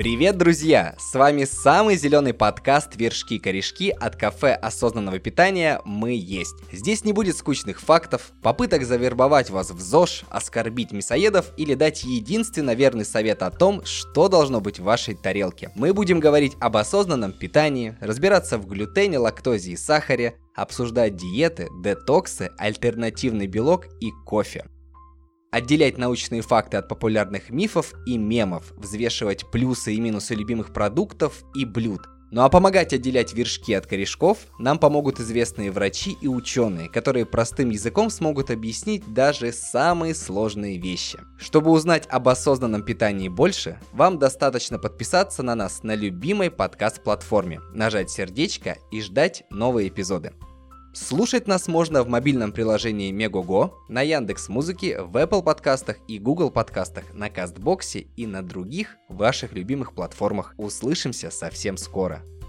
Привет, друзья! С вами самый зеленый подкаст «Вершки-корешки» от кафе осознанного питания «Мы есть». Здесь не будет скучных фактов, попыток завербовать вас в ЗОЖ, оскорбить мясоедов или дать единственно верный совет о том, что должно быть в вашей тарелке. Мы будем говорить об осознанном питании, разбираться в глютене, лактозе и сахаре, обсуждать диеты, детоксы, альтернативный белок и кофе. Отделять научные факты от популярных мифов и мемов, взвешивать плюсы и минусы любимых продуктов и блюд. Ну а помогать отделять вершки от корешков нам помогут известные врачи и ученые, которые простым языком смогут объяснить даже самые сложные вещи. Чтобы узнать об осознанном питании больше, вам достаточно подписаться на нас на любимой подкаст-платформе, нажать сердечко и ждать новые эпизоды. Слушать нас можно в мобильном приложении Megogo, на Яндекс.Музыке, в Apple подкастах и Google подкастах, на Кастбоксе и на других ваших любимых платформах. Услышимся совсем скоро.